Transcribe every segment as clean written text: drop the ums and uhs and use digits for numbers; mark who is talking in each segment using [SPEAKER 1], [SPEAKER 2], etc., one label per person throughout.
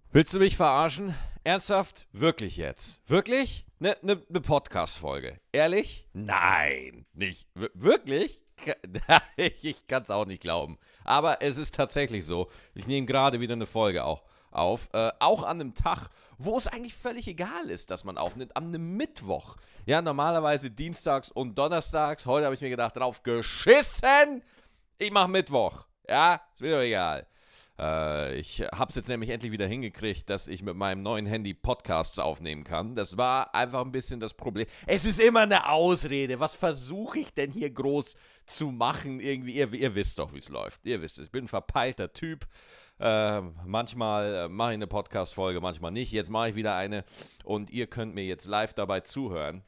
[SPEAKER 1] Willst du mich verarschen? Ernsthaft? Wirklich jetzt? Wirklich? Ne Podcast-Folge. Ehrlich? Nein, nicht. Wirklich? Ich kann es auch nicht glauben. Aber es ist tatsächlich so. Ich nehme gerade wieder eine Folge auch auf. Auch an einem Tag, wo es eigentlich völlig egal ist, dass man aufnimmt. An einem Mittwoch. Ja, normalerweise dienstags und donnerstags. Heute habe ich mir gedacht, drauf geschissen. Ich mache Mittwoch. Ja, ist mir doch egal. Ich habe es jetzt nämlich endlich wieder hingekriegt, dass ich mit meinem neuen Handy Podcasts aufnehmen kann. Das war einfach ein bisschen das Problem. Es ist immer eine Ausrede. Was versuche ich denn hier groß zu machen? Irgendwie, ihr wisst doch, wie es läuft. Ihr wisst es. Ich bin ein verpeilter Typ. Manchmal mache ich eine Podcast-Folge, manchmal nicht. Jetzt mache ich wieder eine und ihr könnt mir jetzt live dabei zuhören,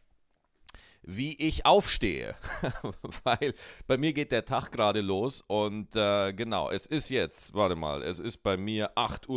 [SPEAKER 1] wie ich aufstehe, weil bei mir geht der Tag gerade los und genau, es ist jetzt, warte mal, es ist bei mir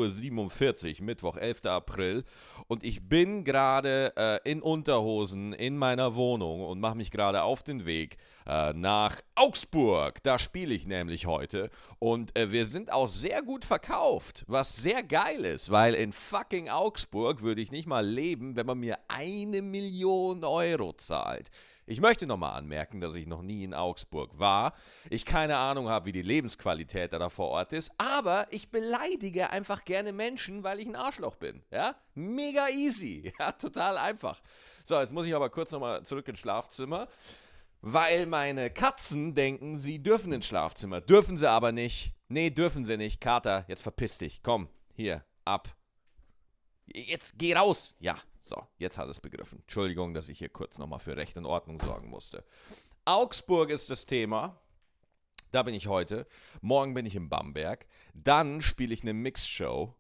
[SPEAKER 1] 8:47 Uhr, Mittwoch, 11. April und ich bin gerade in Unterhosen in meiner Wohnung und mache mich gerade auf den Weg nach Augsburg. Da spiele ich nämlich heute und wir sind auch sehr gut verkauft, was sehr geil ist, weil in fucking Augsburg würde ich nicht mal leben, wenn man mir 1 Million Euro zahlt. Ich möchte nochmal anmerken, dass ich noch nie in Augsburg war. Ich keine Ahnung habe, wie die Lebensqualität da vor Ort ist, aber ich beleidige einfach gerne Menschen, weil ich ein Arschloch bin. Ja? Mega easy. Ja, total einfach. So, jetzt muss ich aber kurz nochmal zurück ins Schlafzimmer, weil meine Katzen denken, sie dürfen ins Schlafzimmer. Dürfen sie aber nicht. Nee, dürfen sie nicht. Kater, jetzt verpiss dich. Komm, hier, ab. Jetzt geh raus. Ja, so, jetzt hat es begriffen. Entschuldigung, dass ich hier kurz nochmal für Recht und Ordnung sorgen musste. Augsburg ist das Thema. Da bin ich heute. Morgen bin ich in Bamberg. Dann spiele ich eine Mixshow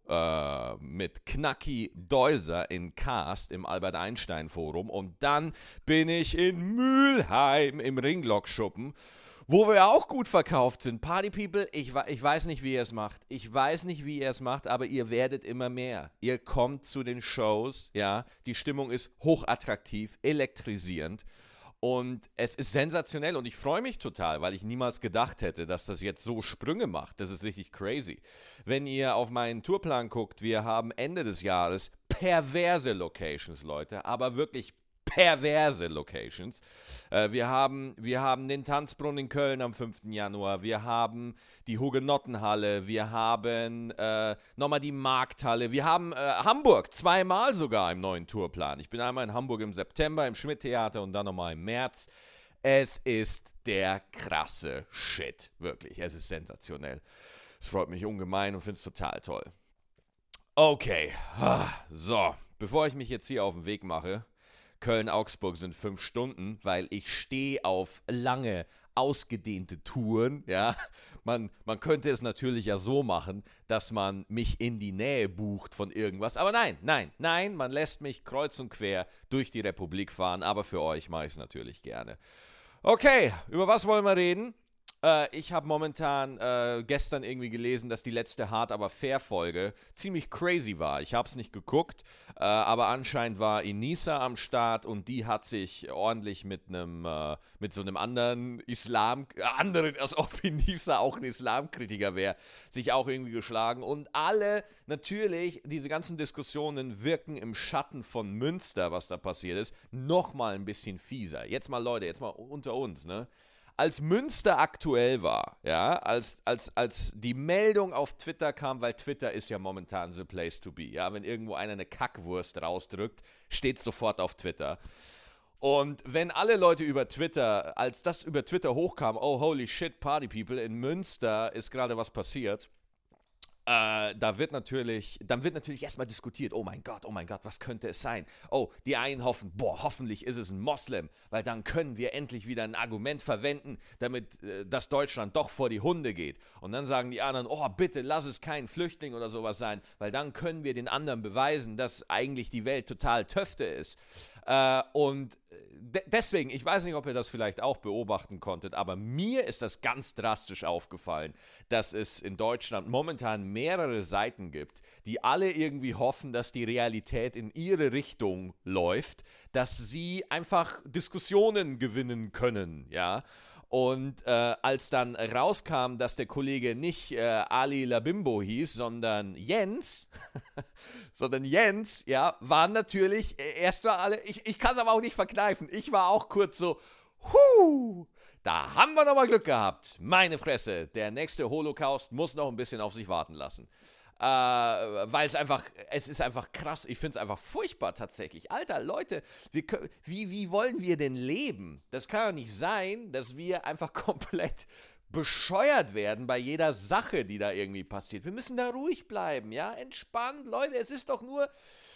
[SPEAKER 1] mit Knacki Deuser in Cast im Albert-Einstein-Forum. Und dann bin ich in Mülheim im Ringlockschuppen, wo wir auch gut verkauft sind. Party People, ich weiß nicht, wie ihr es macht. Ich weiß nicht, wie ihr es macht, aber ihr werdet immer mehr. Ihr kommt zu den Shows, ja. Die Stimmung ist hochattraktiv, elektrisierend. Und es ist sensationell und ich freue mich total, weil ich niemals gedacht hätte, dass das jetzt so Sprünge macht. Das ist richtig crazy. Wenn ihr auf meinen Tourplan guckt, wir haben Ende des Jahres perverse Locations, Leute, aber wirklich perverse Locations. Wir haben den Tanzbrunnen in Köln am 5. Januar, wir haben die Hugenottenhalle, wir haben nochmal die Markthalle, wir haben Hamburg zweimal sogar im neuen Tourplan. Ich bin einmal in Hamburg im September im Schmidt-Theater und dann nochmal im März. Es ist der krasse Shit, wirklich. Es ist sensationell. Es freut mich ungemein und finde es total toll. Okay, so, bevor ich mich jetzt hier auf den Weg mache, Köln-Augsburg sind 5 Stunden, weil ich stehe auf lange, ausgedehnte Touren, ja. Man könnte es natürlich ja so machen, dass man mich in die Nähe bucht von irgendwas, aber nein, man lässt mich kreuz und quer durch die Republik fahren, aber für euch mache ich es natürlich gerne. Okay, über was wollen wir reden? Ich habe momentan gestern irgendwie gelesen, dass die letzte Hart aber fair Folge ziemlich crazy war. Ich habe es nicht geguckt, aber anscheinend war Inisa am Start und die hat sich ordentlich mit so einem anderen als ob Inisa auch ein Islamkritiker wäre, sich auch irgendwie geschlagen. Und alle, natürlich, diese ganzen Diskussionen wirken im Schatten von Münster, was da passiert ist, nochmal ein bisschen fieser. Jetzt mal, Leute, jetzt mal unter uns, ne? Als Münster aktuell war, ja, als die Meldung auf Twitter kam, weil Twitter ist ja momentan the place to be, ja, wenn irgendwo einer eine Kackwurst rausdrückt, steht sofort auf Twitter. Und wenn alle Leute über Twitter, als das über Twitter hochkam, oh holy shit, Party People, in Münster ist gerade was passiert, dann wird natürlich erstmal diskutiert, oh mein Gott, was könnte es sein? Oh, die einen hoffen, hoffentlich ist es ein Moslem, weil dann können wir endlich wieder ein Argument verwenden, damit das Deutschland doch vor die Hunde geht. Und dann sagen die anderen, oh bitte, lass es kein Flüchtling oder sowas sein, weil dann können wir den anderen beweisen, dass eigentlich die Welt total Töfte ist. Und deswegen, ich weiß nicht, ob ihr das vielleicht auch beobachten konntet, aber mir ist das ganz drastisch aufgefallen, dass es in Deutschland momentan mehrere Seiten gibt, die alle irgendwie hoffen, dass die Realität in ihre Richtung läuft, dass sie einfach Diskussionen gewinnen können, ja. Und als dann rauskam, dass der Kollege nicht Ali Labimbo hieß, sondern Jens, ja, waren natürlich erstmal alle, ich kann es aber auch nicht verkneifen, ich war auch kurz so, da haben wir nochmal Glück gehabt. Meine Fresse, der nächste Holocaust muss noch ein bisschen auf sich warten lassen. Weil es ist einfach krass, ich finde es einfach furchtbar tatsächlich. Alter, Leute, wie wollen wir denn leben? Das kann ja nicht sein, dass wir einfach komplett bescheuert werden bei jeder Sache, die da irgendwie passiert. Wir müssen da ruhig bleiben, ja, entspannt, Leute, es ist doch nur,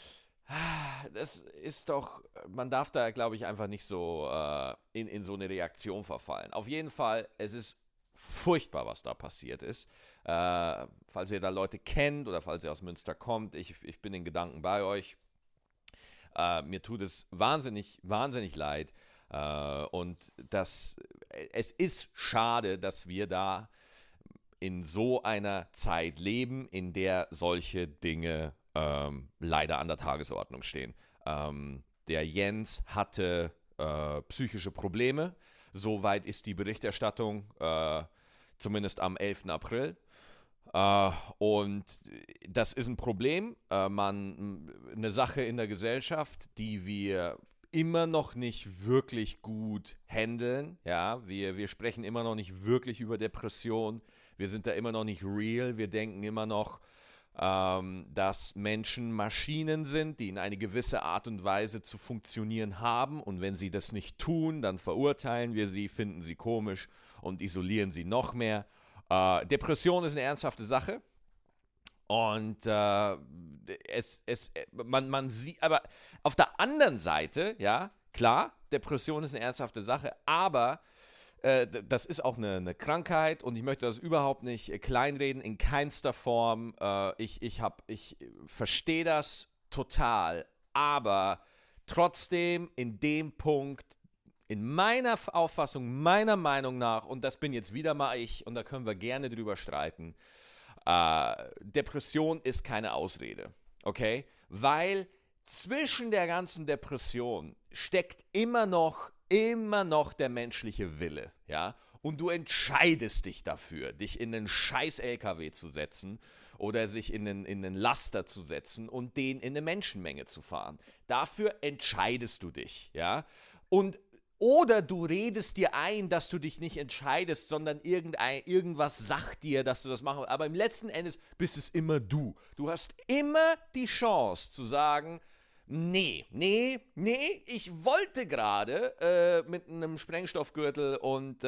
[SPEAKER 1] man darf da, glaube ich, einfach nicht so in so eine Reaktion verfallen. Auf jeden Fall, es ist furchtbar, was da passiert ist. Falls ihr da Leute kennt oder falls ihr aus Münster kommt, ich bin in Gedanken bei euch. Mir tut es wahnsinnig, wahnsinnig leid. Und es ist schade, dass wir da in so einer Zeit leben, in der solche Dinge leider an der Tagesordnung stehen. Der Jens hatte psychische Probleme. Soweit ist die Berichterstattung, zumindest am 11. April. Und das ist ein Problem, eine Sache in der Gesellschaft, die wir immer noch nicht wirklich gut handeln. Ja? Wir sprechen immer noch nicht wirklich über Depression. Wir sind da immer noch nicht real. Wir denken immer noch, dass Menschen Maschinen sind, die in eine gewisse Art und Weise zu funktionieren haben. Und wenn sie das nicht tun, dann verurteilen wir sie, finden sie komisch und isolieren sie noch mehr. Depression ist eine ernsthafte Sache. Und man sieht, aber auf der anderen Seite, ja, klar, Depression ist eine ernsthafte Sache, aber das ist auch eine Krankheit und ich möchte das überhaupt nicht kleinreden, in keinster Form. Ich verstehe das total, aber trotzdem in dem Punkt, in meiner Auffassung, meiner Meinung nach, und das bin jetzt wieder mal ich, und da können wir gerne drüber streiten, Depression ist keine Ausrede, okay? Weil zwischen der ganzen Depression steckt immer noch der menschliche Wille, ja? Und du entscheidest dich dafür, dich in einen scheiß LKW zu setzen oder sich in einen Laster zu setzen und den in eine Menschenmenge zu fahren. Dafür entscheidest du dich, ja? Oder du redest dir ein, dass du dich nicht entscheidest, sondern irgendwas sagt dir, dass du das machen willst. Aber im letzten Endes bist es immer du. Du hast immer die Chance zu sagen, nee, ich wollte gerade mit einem Sprengstoffgürtel und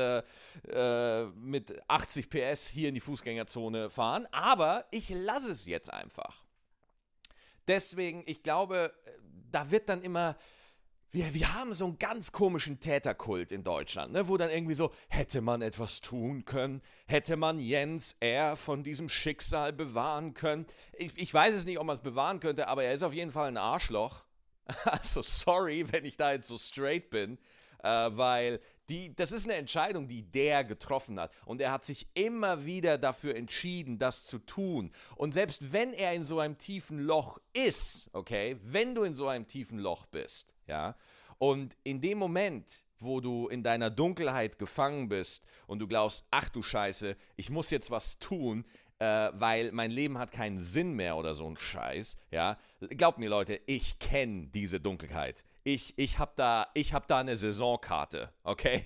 [SPEAKER 1] mit 80 PS hier in die Fußgängerzone fahren, aber ich lasse es jetzt einfach. Deswegen, ich glaube, da wird dann immer... Wir haben so einen ganz komischen Täterkult in Deutschland, ne, wo dann irgendwie so, hätte man etwas tun können, hätte man Jens R. von diesem Schicksal bewahren können. Ich weiß es nicht, ob man es bewahren könnte, aber er ist auf jeden Fall ein Arschloch. Also sorry, wenn ich da jetzt so straight bin, weil das ist eine Entscheidung, die der getroffen hat. Und er hat sich immer wieder dafür entschieden, das zu tun. Und selbst wenn er in so einem tiefen Loch ist, okay, wenn du in so einem tiefen Loch bist, ja, und in dem Moment, wo du in deiner Dunkelheit gefangen bist und du glaubst, ach du Scheiße, ich muss jetzt was tun, weil mein Leben hat keinen Sinn mehr oder so ein Scheiß, ja. Glaubt mir, Leute, ich kenne diese Dunkelheit. Ich hab da eine Saisonkarte, okay?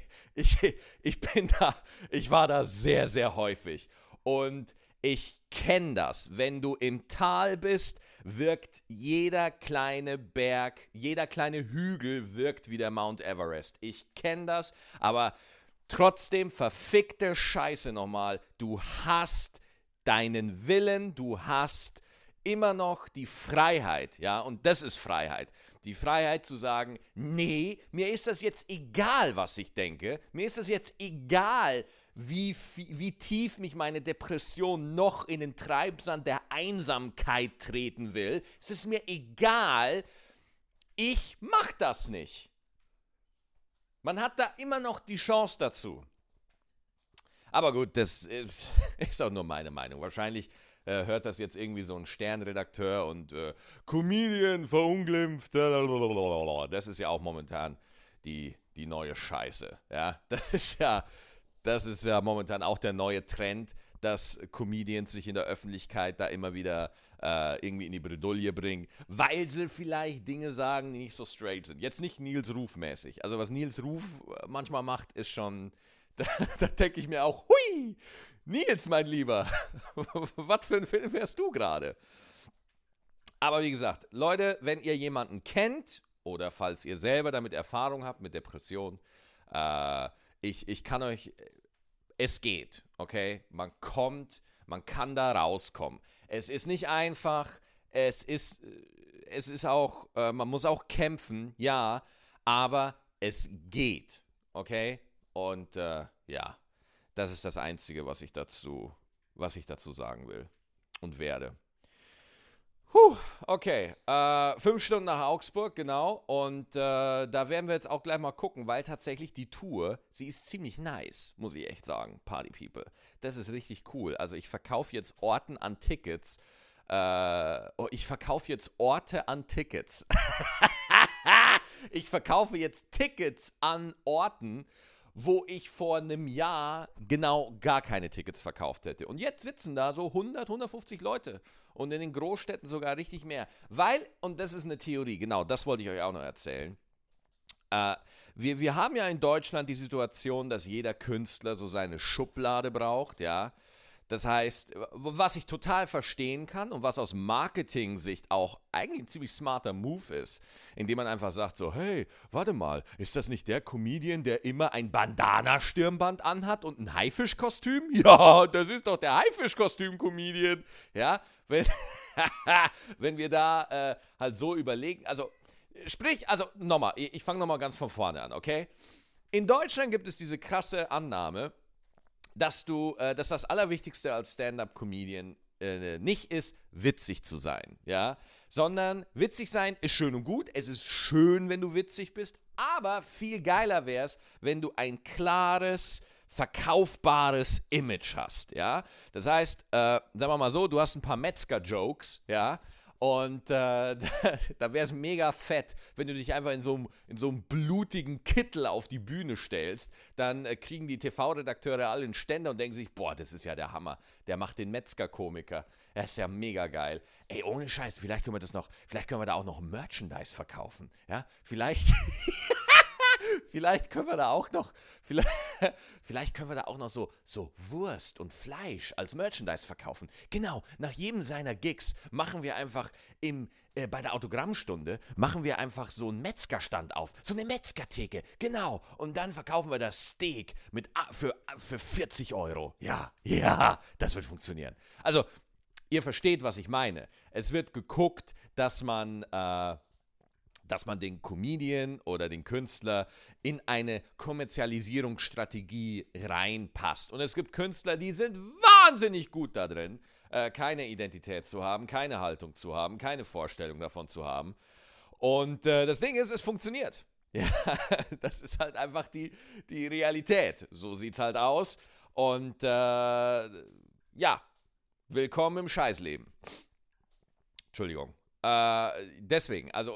[SPEAKER 1] Ich war da sehr, sehr häufig. Und ich kenne das. Wenn du im Tal bist, wirkt jeder kleine Berg, jeder kleine Hügel wirkt wie der Mount Everest. Ich kenne das, aber trotzdem verfickte Scheiße nochmal. Du hast deinen Willen, du hast immer noch die Freiheit, ja, und das ist Freiheit. Die Freiheit zu sagen, nee, mir ist das jetzt egal, was ich denke, mir ist das jetzt egal, wie tief mich meine Depression noch in den Treibsand der Einsamkeit treten will. Es ist mir egal, ich mach das nicht. Man hat da immer noch die Chance dazu. Aber gut, das ist auch nur meine Meinung. Wahrscheinlich hört das jetzt irgendwie so ein Sternredakteur und Comedian verunglimpft. Das ist ja auch momentan die neue Scheiße. Ja, das ist ja Das ist ja momentan auch der neue Trend, dass Comedians sich in der Öffentlichkeit da immer wieder irgendwie in die Bredouille bringen, weil sie vielleicht Dinge sagen, die nicht so straight sind. Jetzt nicht Nils Ruf mäßig. Also was Nils Ruf manchmal macht, ist schon, da denke ich mir auch, hui, Nils, mein Lieber, was für ein Film wärst du gerade? Aber wie gesagt, Leute, wenn ihr jemanden kennt oder falls ihr selber damit Erfahrung habt mit Depression, ich kann euch, es geht, okay? Man kann da rauskommen. Es ist nicht einfach, es ist auch, man muss auch kämpfen, ja, aber es geht, okay? Und ja, das ist das Einzige, was ich dazu sagen will und werde. Okay, 5 Stunden nach Augsburg, genau. Und da werden wir jetzt auch gleich mal gucken, weil tatsächlich die Tour, sie ist ziemlich nice, muss ich echt sagen, Party People. Das ist richtig cool. Also ich verkaufe jetzt Orte an Tickets. Ich verkaufe jetzt Tickets an Orten, wo ich vor einem Jahr genau gar keine Tickets verkauft hätte. Und jetzt sitzen da so 100, 150 Leute. Und in den Großstädten sogar richtig mehr. Weil, und das ist eine Theorie, genau, das wollte ich euch auch noch erzählen. Wir haben ja in Deutschland die Situation, dass jeder Künstler so seine Schublade braucht, ja. Das heißt, was ich total verstehen kann und was aus Marketing-Sicht auch eigentlich ein ziemlich smarter Move ist, indem man einfach sagt so, hey, warte mal, ist das nicht der Comedian, der immer ein Bandana-Stirnband anhat und ein Haifischkostüm? Ja, das ist doch der Haifischkostüm-Comedian. Ja, wenn wir da halt so überlegen, also sprich, also nochmal, ich fange nochmal ganz von vorne an, okay? In Deutschland gibt es diese krasse Annahme, dass das Allerwichtigste als Stand-Up-Comedian nicht ist, witzig zu sein, ja, sondern witzig sein ist schön und gut, es ist schön, wenn du witzig bist, aber viel geiler wäre es, wenn du ein klares, verkaufbares Image hast, ja, das heißt, sagen wir mal so, du hast ein paar Metzger-Jokes, ja, und da wäre es mega fett, wenn du dich einfach in so einem blutigen Kittel auf die Bühne stellst. Dann kriegen die TV-Redakteure alle einen Ständer und denken sich, boah, das ist ja der Hammer. Der macht den Metzger-Komiker. Das ist ja mega geil. Ey, ohne Scheiß, vielleicht können wir da auch noch Merchandise verkaufen. Ja, vielleicht können wir da auch noch, vielleicht können wir da auch noch so Wurst und Fleisch als Merchandise verkaufen. Genau, nach jedem seiner Gigs machen wir einfach bei der Autogrammstunde, machen wir einfach so einen Metzgerstand auf, so eine Metzgertheke, genau. Und dann verkaufen wir das Steak für 40 Euro. Ja, das wird funktionieren. Also, ihr versteht, was ich meine. Es wird geguckt, dass man den Comedian oder den Künstler in eine Kommerzialisierungsstrategie reinpasst. Und es gibt Künstler, die sind wahnsinnig gut da drin, keine Identität zu haben, keine Haltung zu haben, keine Vorstellung davon zu haben. Und das Ding ist, es funktioniert. Ja, das ist halt einfach die Realität. So sieht's halt aus. Und ja, willkommen im Scheißleben. Entschuldigung. Deswegen, also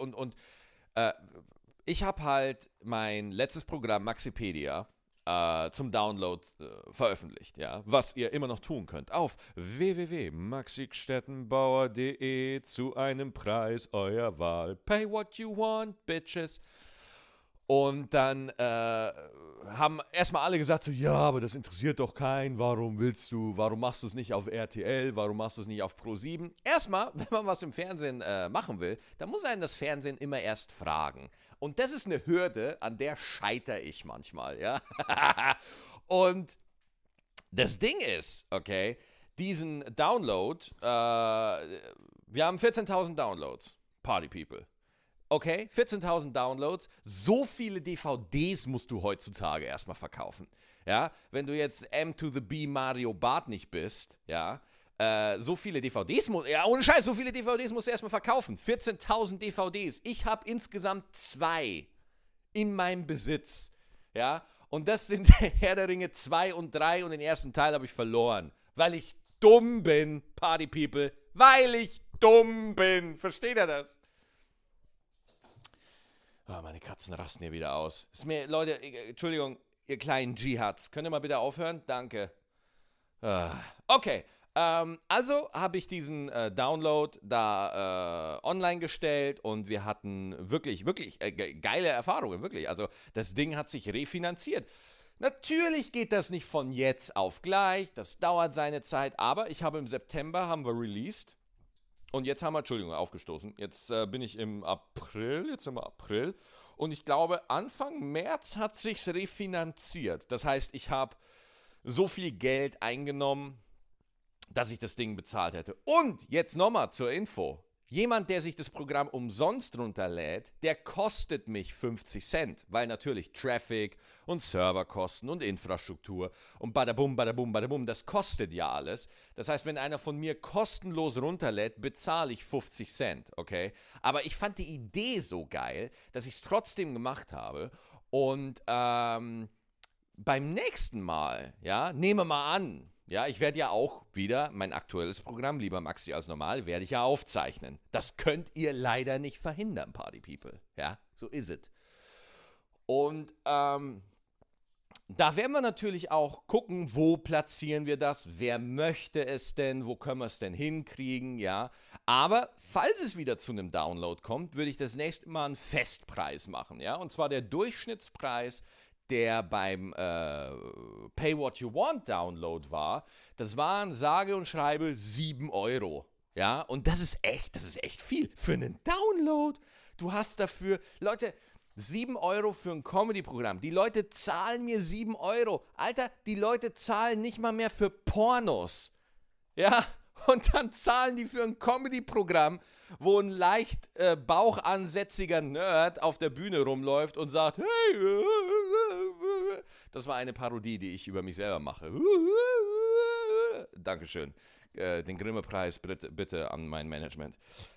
[SPEAKER 1] ich habe halt mein letztes Programm Maxipedia zum Download veröffentlicht, ja, was ihr immer noch tun könnt auf www.maxistettenbauer.de zu einem Preis eurer Wahl. Pay what you want, bitches. Und dann haben erstmal alle gesagt so, ja, aber das interessiert doch keinen, warum machst du es nicht auf RTL, warum machst du es nicht auf Pro7? Erstmal, wenn man was im Fernsehen machen will, dann muss einen das Fernsehen immer erst fragen. Und das ist eine Hürde, an der scheitere ich manchmal, ja. Und das Ding ist, okay, diesen Download, wir haben 14.000 Downloads, Party People. Okay, 14.000 Downloads, so viele DVDs musst du heutzutage erstmal verkaufen. Ja, wenn du jetzt M to the B Mario Bart nicht bist, ja, so viele DVDs ohne Scheiß, so viele DVDs musst du erstmal verkaufen. 14.000 DVDs. Ich habe insgesamt 2 in meinem Besitz. Ja, und das sind Herr der Ringe 2 und 3 und den ersten Teil habe ich verloren. Weil ich dumm bin, Party People. Weil ich dumm bin. Versteht ihr das? Oh, meine Katzen rasten hier wieder aus. Leute, Entschuldigung, ihr kleinen Dschihads. Könnt ihr mal bitte aufhören? Danke. Okay. Also habe ich diesen Download da online gestellt und wir hatten wirklich geile Erfahrungen, wirklich. Also das Ding hat sich refinanziert. Natürlich geht das nicht von jetzt auf gleich, das dauert seine Zeit, aber ich habe im September, haben wir released und jetzt haben wir, Entschuldigung, aufgestoßen, jetzt bin ich im April, jetzt sind wir April und ich glaube Anfang März hat sich's refinanziert. Das heißt, ich habe so viel Geld eingenommen, dass ich das Ding bezahlt hätte. Und jetzt nochmal zur Info. Jemand, der sich das Programm umsonst runterlädt, der kostet mich 50 Cent, weil natürlich Traffic und Serverkosten und Infrastruktur und badabum, badabum, badabum, das kostet ja alles. Das heißt, wenn einer von mir kostenlos runterlädt, bezahle ich 50 Cent, okay? Aber ich fand die Idee so geil, dass ich es trotzdem gemacht habe und beim nächsten Mal, ja, nehmen wir mal an, ja, ich werde ja auch wieder mein aktuelles Programm, lieber Maxi als normal, werde ich ja aufzeichnen. Das könnt ihr leider nicht verhindern, Party People. Ja, so ist es. Und da werden wir natürlich auch gucken, wo platzieren wir das, wer möchte es denn, wo können wir es denn hinkriegen, ja. Aber falls es wieder zu einem Download kommt, würde ich das nächste Mal einen Festpreis machen, ja. Und zwar der Durchschnittspreis, der beim Pay What You Want Download war, das waren sage und schreibe 7 Euro. Ja, und das ist echt viel für einen Download. Du hast dafür, Leute, 7 Euro für ein Comedy-Programm. Die Leute zahlen mir 7 Euro. Alter, die Leute zahlen nicht mal mehr für Pornos. Ja, und dann zahlen die für ein Comedy-Programm, wo ein leicht bauchansätziger Nerd auf der Bühne rumläuft und sagt, hey, das war eine Parodie, die ich über mich selber mache. Dankeschön. Den Grimme-Preis bitte an mein Management.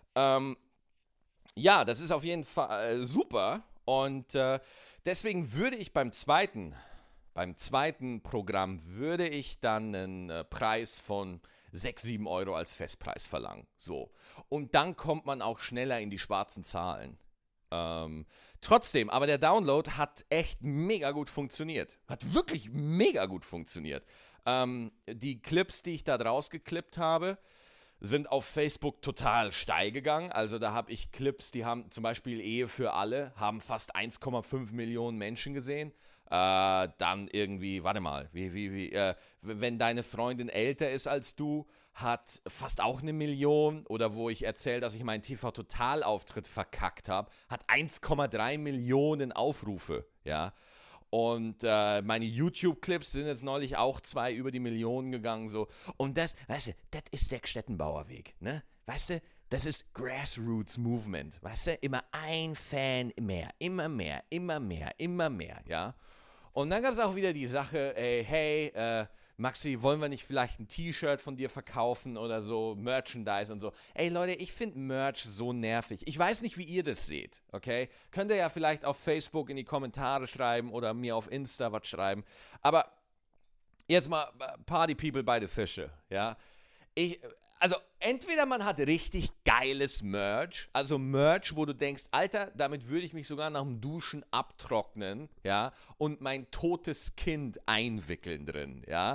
[SPEAKER 1] Ja, das ist auf jeden Fall super und deswegen würde ich beim zweiten Programm würde ich dann einen Preis von 6, 7 Euro als Festpreis verlangen. So. Und dann kommt man auch schneller in die schwarzen Zahlen. Trotzdem, aber der Download hat echt mega gut funktioniert. Hat wirklich mega gut funktioniert. Die Clips, die ich da draus geklippt habe, sind auf Facebook total steil gegangen. Also da habe ich Clips, die haben zum Beispiel Ehe für alle, haben fast 1,5 Millionen Menschen gesehen. Dann irgendwie, warte mal, wenn deine Freundin älter ist als du, hat fast auch 1 Million. Oder wo ich erzähle, dass ich meinen TV-Total-Auftritt verkackt habe, hat 1,3 Millionen Aufrufe, ja. Und meine YouTube-Clips sind jetzt neulich auch 2 über die Millionen gegangen, so. Und das, weißt du, das ist der Gstettenbauer Weg, ne? Weißt du, das ist Grassroots Movement, weißt du? Immer ein Fan mehr, immer mehr, immer mehr, immer mehr, ja? Und dann gab es auch wieder die Sache, hey, Maxi, wollen wir nicht vielleicht ein T-Shirt von dir verkaufen oder so, Merchandise und so. Ey Leute, ich finde Merch so nervig. Ich weiß nicht, wie ihr das seht, okay? Könnt ihr ja vielleicht auf Facebook in die Kommentare schreiben oder mir auf Insta was schreiben. Aber jetzt mal Party People by the Fische, ja? Also entweder man hat richtig geiles Merch, also Merch, wo du denkst, Alter, damit würde ich mich sogar nach dem Duschen abtrocknen, ja, und mein totes Kind einwickeln drin, ja.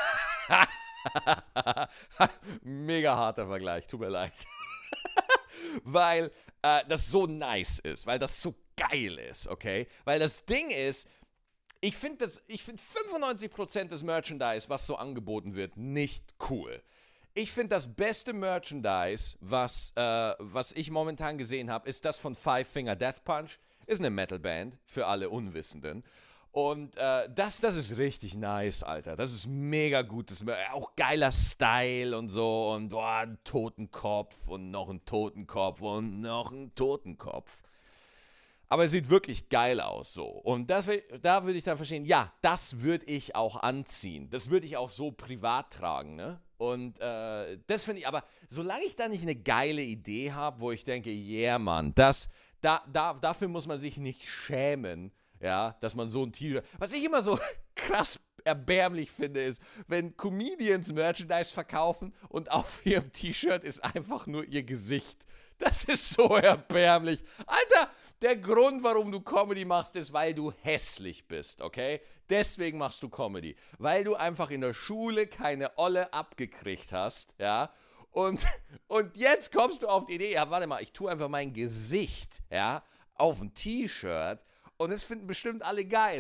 [SPEAKER 1] Mega harter Vergleich, tut mir leid. Weil das so nice ist, weil das so geil ist, okay? Weil das Ding ist, ich finde 95% des Merchandise, was so angeboten wird, nicht cool. Ich finde, das beste Merchandise, was ich momentan gesehen habe, ist das von Five Finger Death Punch. Ist eine Metalband, für alle Unwissenden. Und das ist richtig nice, Alter. Das ist mega gutes, auch geiler Style und so. Und ein Totenkopf und noch ein Totenkopf und noch ein Totenkopf. Aber es sieht wirklich geil aus, so. Und da würde ich dann verstehen, ja, das würde ich auch anziehen. Das würde ich auch so privat tragen, ne? Und das finde ich, aber solange ich da nicht eine geile Idee habe, wo ich denke, yeah, Mann, dafür muss man sich nicht schämen, ja, dass man so ein T-Shirt, was ich immer so krass erbärmlich finde, ist, wenn Comedians Merchandise verkaufen und auf ihrem T-Shirt ist einfach nur ihr Gesicht. Das ist so erbärmlich. Alter, Der Grund, warum du Comedy machst, ist, weil du hässlich bist, okay? Deswegen machst du Comedy. Weil du einfach in der Schule keine Olle abgekriegt hast, ja? Und jetzt kommst du auf die Idee, ja, warte mal, ich tue einfach mein Gesicht, ja, auf ein T-Shirt und das finden bestimmt alle geil.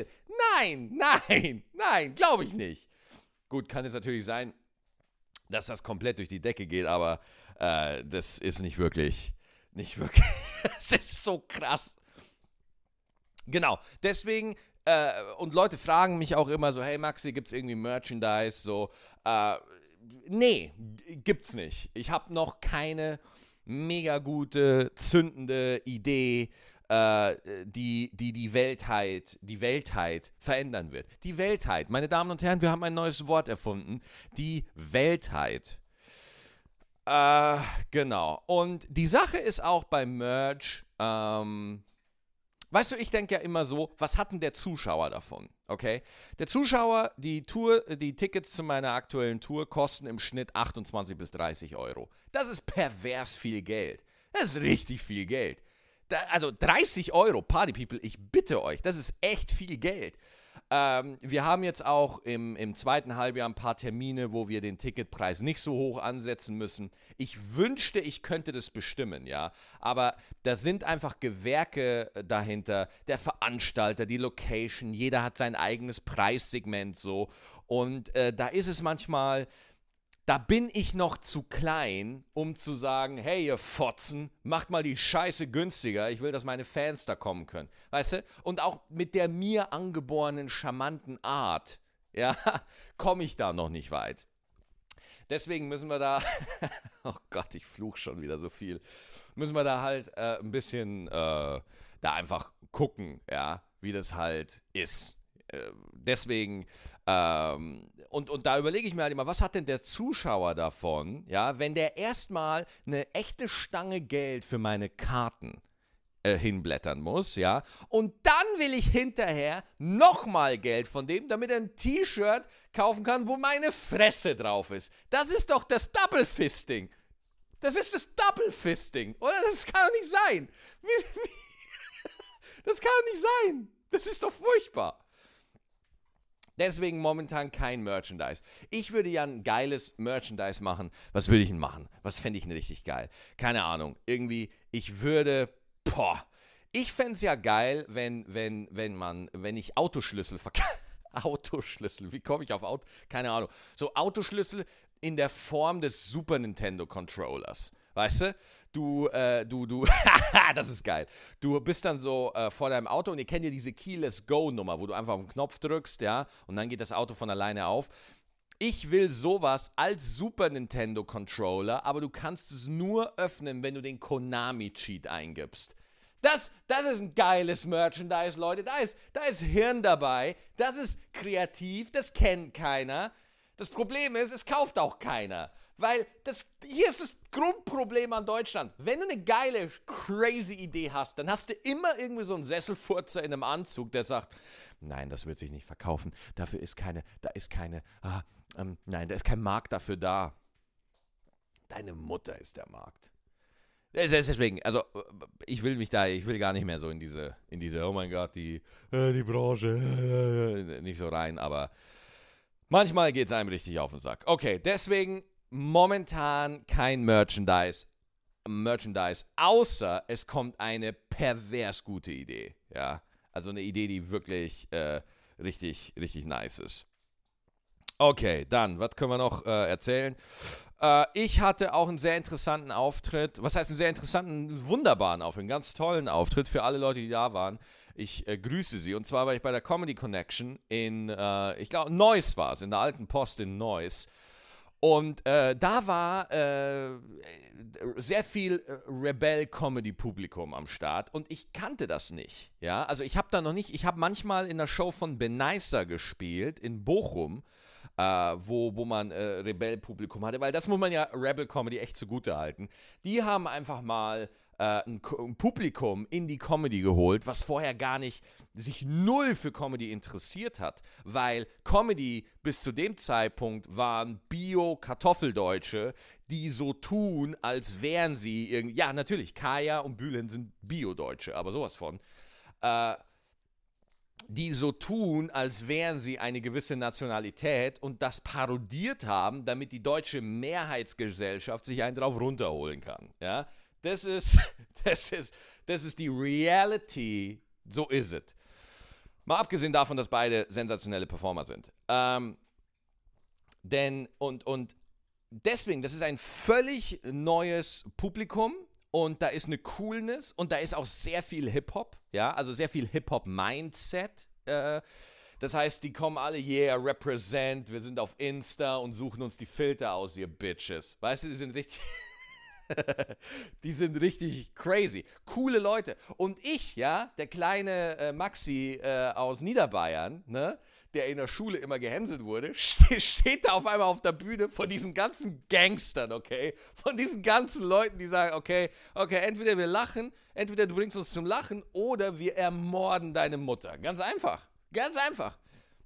[SPEAKER 1] Nein, glaube ich nicht. Gut, kann jetzt natürlich sein, dass das komplett durch die Decke geht, aber das ist nicht wirklich, es ist so krass. Genau, deswegen, und Leute fragen mich auch immer so, hey Maxi, gibt's irgendwie Merchandise, so, nee, gibt's nicht. Ich habe noch keine mega gute, zündende Idee, die Weltheit verändern wird. Die Weltheit, meine Damen und Herren, wir haben ein neues Wort erfunden. Die Weltheit. Genau. Und die Sache ist auch beim Merch, weißt du, ich denke ja immer so, was hat denn der Zuschauer davon? Okay? Der Zuschauer, die Tickets zu meiner aktuellen Tour kosten im Schnitt 28 bis 30 Euro. Das ist pervers viel Geld. Das ist richtig viel Geld. Also 30 Euro, Party People, ich bitte euch, das ist echt viel Geld. Wir haben jetzt auch im zweiten Halbjahr ein paar Termine, wo wir den Ticketpreis nicht so hoch ansetzen müssen. Ich wünschte, ich könnte das bestimmen, ja. Aber da sind einfach Gewerke dahinter, der Veranstalter, die Location, jeder hat sein eigenes Preissegment so. Und da ist es manchmal, da bin ich noch zu klein, um zu sagen, hey ihr Fotzen, macht mal die Scheiße günstiger, ich will, dass meine Fans da kommen können, weißt du? Und auch mit der mir angeborenen charmanten Art, ja, komme ich da noch nicht weit. Deswegen müssen wir da, oh Gott, ich fluch schon wieder so viel, müssen wir da halt ein bisschen da einfach gucken, ja, wie das halt ist. Deswegen, und da überlege ich mir halt immer, was hat denn der Zuschauer davon, ja, wenn der erstmal eine echte Stange Geld für meine Karten hinblättern muss, ja, und dann will ich hinterher nochmal Geld von dem, damit er ein T-Shirt kaufen kann, wo meine Fresse drauf ist. Das ist doch das Double Fisting. Das ist das Double Fisting, oder? Das kann doch nicht sein. Das kann doch nicht sein. Das ist doch furchtbar. Deswegen momentan kein Merchandise. Ich würde ja ein geiles Merchandise machen. Was würde ich denn machen? Was fände ich denn richtig geil? Keine Ahnung. Irgendwie, ich fände es ja geil, wenn ich Autoschlüssel verkaufe. Autoschlüssel, wie komme ich auf Auto? Keine Ahnung. So Autoschlüssel in der Form des Super Nintendo Controllers. Weißt du? Du, das ist geil. Du bist dann so vor deinem Auto und ihr kennt ja diese Keyless Go Nummer, wo du einfach auf den Knopf drückst, ja, und dann geht das Auto von alleine auf. Ich will sowas als Super Nintendo Controller, aber du kannst es nur öffnen, wenn du den Konami Cheat eingibst. Das ist ein geiles Merchandise, Leute. Da ist Hirn dabei. Das ist kreativ. Das kennt keiner. Das Problem ist, es kauft auch keiner. Weil hier ist das Grundproblem an Deutschland. Wenn du eine geile, crazy Idee hast, dann hast du immer irgendwie so einen Sesselfurzer in einem Anzug, der sagt, nein, das wird sich nicht verkaufen. Da ist kein Markt dafür da. Deine Mutter ist der Markt. Deswegen, also ich will gar nicht mehr so in diese, oh mein Gott, die Branche, nicht so rein, aber manchmal geht es einem richtig auf den Sack. Okay, deswegen momentan kein Merchandise, außer es kommt eine pervers gute Idee, ja, also eine Idee, die wirklich richtig, richtig nice ist. Okay, dann, was können wir noch erzählen? Ich hatte auch einen sehr interessanten Auftritt. Was heißt einen sehr interessanten, wunderbaren Auftritt, einen ganz tollen Auftritt für alle Leute, die da waren. Ich grüße sie. Und zwar war ich bei der Comedy Connection in, ich glaube, Neuss war es, in der Alten Post in Neuss. Und da war sehr viel Rebell-Comedy-Publikum am Start und ich kannte das nicht. Ja? Also ich habe manchmal in der Show von Benicer gespielt, in Bochum, wo man Rebell-Publikum hatte, weil das muss man ja Rebel-Comedy echt zugute halten. Die haben einfach mal ein Publikum in die Comedy geholt, was vorher gar nicht sich null für Comedy interessiert hat, weil Comedy bis zu dem Zeitpunkt waren Bio-Kartoffeldeutsche, die so tun, als wären sie irgendwie, ja natürlich, Kaya und Bülent sind Bio-Deutsche, aber sowas von, die so tun, als wären sie eine gewisse Nationalität und das parodiert haben, damit die deutsche Mehrheitsgesellschaft sich einen drauf runterholen kann, ja. Das ist die Reality, so ist es. Mal abgesehen davon, dass beide sensationelle Performer sind. Deswegen, das ist ein völlig neues Publikum und da ist eine Coolness und da ist auch sehr viel Hip-Hop, ja, also sehr viel Hip-Hop-Mindset. Das heißt, die kommen alle, yeah, represent, wir sind auf Insta und suchen uns die Filter aus, ihr Bitches. Weißt du, die sind richtig... Die sind richtig crazy. Coole Leute. Und ich, ja, der kleine Maxi aus Niederbayern, ne, der in der Schule immer gehänselt wurde, steht da auf einmal auf der Bühne von diesen ganzen Gangstern, okay? Von diesen ganzen Leuten, die sagen, okay, entweder wir lachen, entweder du bringst uns zum Lachen oder wir ermorden deine Mutter. Ganz einfach. Ganz einfach.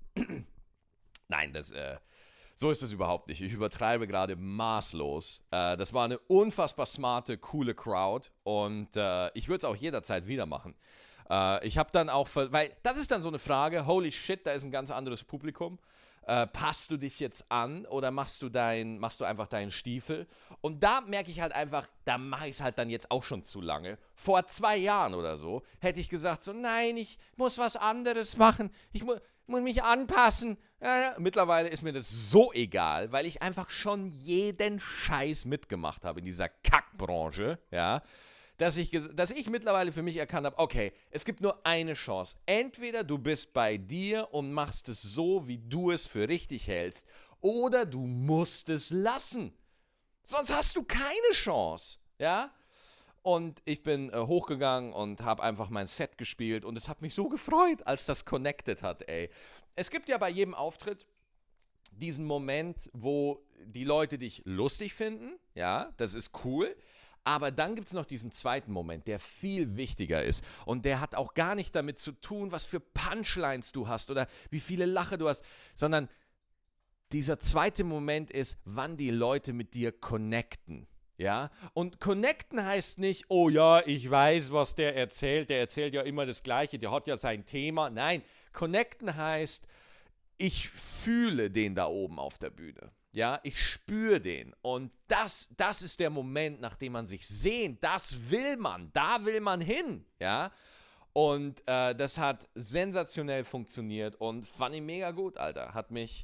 [SPEAKER 1] Nein, so ist es überhaupt nicht. Ich übertreibe gerade maßlos. Das war eine unfassbar smarte, coole Crowd und ich würde es auch jederzeit wieder machen. Ich habe dann auch, weil das ist dann so eine Frage, holy shit, da ist ein ganz anderes Publikum. Passt du dich jetzt an oder machst du einfach deinen Stiefel? Und da merke ich halt einfach, da mache ich es halt dann jetzt auch schon zu lange. Vor 2 Jahren oder so hätte ich gesagt so, nein, ich muss was anderes machen. Ich muss mich anpassen. Mittlerweile ist mir das so egal, weil ich einfach schon jeden Scheiß mitgemacht habe in dieser Kackbranche, ja, dass ich mittlerweile für mich erkannt habe, okay, es gibt nur eine Chance. Entweder du bist bei dir und machst es so, wie du es für richtig hältst, oder du musst es lassen. Sonst hast du keine Chance, ja. Und ich bin hochgegangen und habe einfach mein Set gespielt und es hat mich so gefreut, als das connected hat, ey. Es gibt ja bei jedem Auftritt diesen Moment, wo die Leute dich lustig finden, ja, das ist cool, aber dann gibt es noch diesen zweiten Moment, der viel wichtiger ist und der hat auch gar nicht damit zu tun, was für Punchlines du hast oder wie viele Lache du hast, sondern dieser zweite Moment ist, wann die Leute mit dir connecten. Ja, und connecten heißt nicht, oh ja, ich weiß, was der erzählt ja immer das Gleiche, der hat ja sein Thema. Nein, connecten heißt, ich fühle den da oben auf der Bühne. Ja, ich spüre den. Und das ist der Moment, nachdem man sich sehnt. Das will man, da will man hin. Ja, und das hat sensationell funktioniert und fand ich mega gut, Alter. Hat mich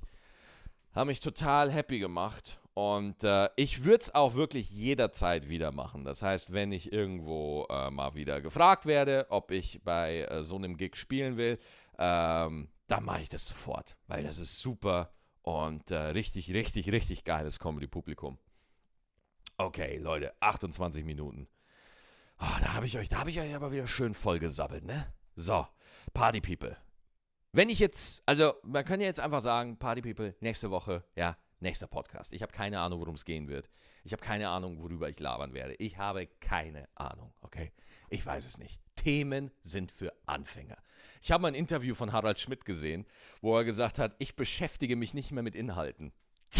[SPEAKER 1] total happy gemacht. Und ich würde es auch wirklich jederzeit wieder machen. Das heißt, wenn ich irgendwo mal wieder gefragt werde, ob ich bei so einem Gig spielen will, dann mache ich das sofort. Weil das ist super und richtig, richtig, richtig geiles Comedy-Publikum. Okay, Leute, 28 Minuten. Oh, da habe ich euch aber wieder schön vollgesabbelt, ne? So, Party People. Wenn ich jetzt, also man kann ja jetzt einfach sagen, Party People, nächste Woche, ja, nächster Podcast. Ich habe keine Ahnung, worum es gehen wird. Ich habe keine Ahnung, worüber ich labern werde. Ich habe keine Ahnung, okay? Ich weiß es nicht. Themen sind für Anfänger. Ich habe mal ein Interview von Harald Schmidt gesehen, wo er gesagt hat, ich beschäftige mich nicht mehr mit Inhalten.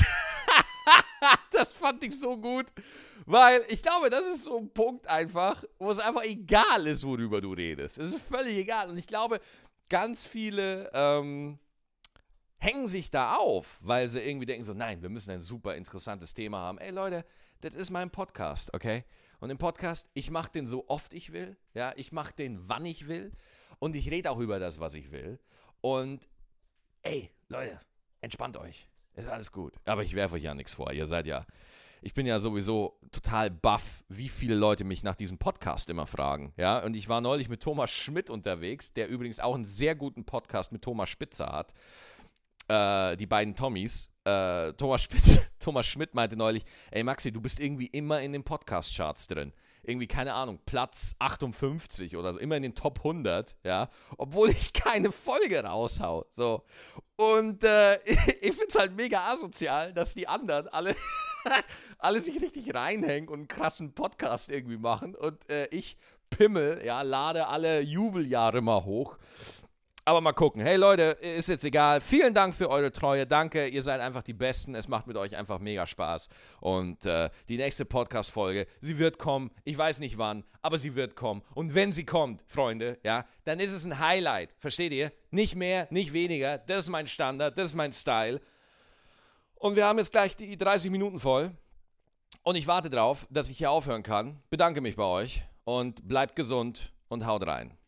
[SPEAKER 1] Das fand ich so gut, weil ich glaube, das ist so ein Punkt einfach, wo es einfach egal ist, worüber du redest. Es ist völlig egal. Und ich glaube, ganz viele hängen sich da auf, weil sie irgendwie denken so, nein, wir müssen ein super interessantes Thema haben. Ey Leute, das ist mein Podcast, okay? Und im Podcast, ich mache den so oft ich will, ja, ich mache den wann ich will und ich rede auch über das, was ich will. Und ey, Leute, entspannt euch, ist alles gut. Aber ich werfe euch ja nichts vor, ich bin ja sowieso total baff, wie viele Leute mich nach diesem Podcast immer fragen, ja, und ich war neulich mit Thomas Schmidt unterwegs, der übrigens auch einen sehr guten Podcast mit Thomas Spitzer hat, die beiden Tommys. Thomas Schmidt meinte neulich, ey Maxi, du bist irgendwie immer in den Podcast-Charts drin. Irgendwie, keine Ahnung, Platz 58 oder so, immer in den Top 100, ja, obwohl ich keine Folge raushau, so. Und ich find's halt mega asozial, dass die anderen alle alle sich richtig reinhängen und einen krassen Podcast irgendwie machen und ich Pimmel, ja, lade alle Jubeljahre mal hoch. Aber mal gucken. Hey Leute, ist jetzt egal. Vielen Dank für eure Treue. Danke, ihr seid einfach die Besten. Es macht mit euch einfach mega Spaß. Und die nächste Podcast-Folge, sie wird kommen. Ich weiß nicht wann, aber sie wird kommen. Und wenn sie kommt, Freunde, ja, dann ist es ein Highlight. Versteht ihr? Nicht mehr, nicht weniger. Das ist mein Standard, das ist mein Style. Und wir haben jetzt gleich die 30 Minuten voll. Und ich warte drauf, dass ich hier aufhören kann. Bedanke mich bei euch und bleibt gesund und haut rein.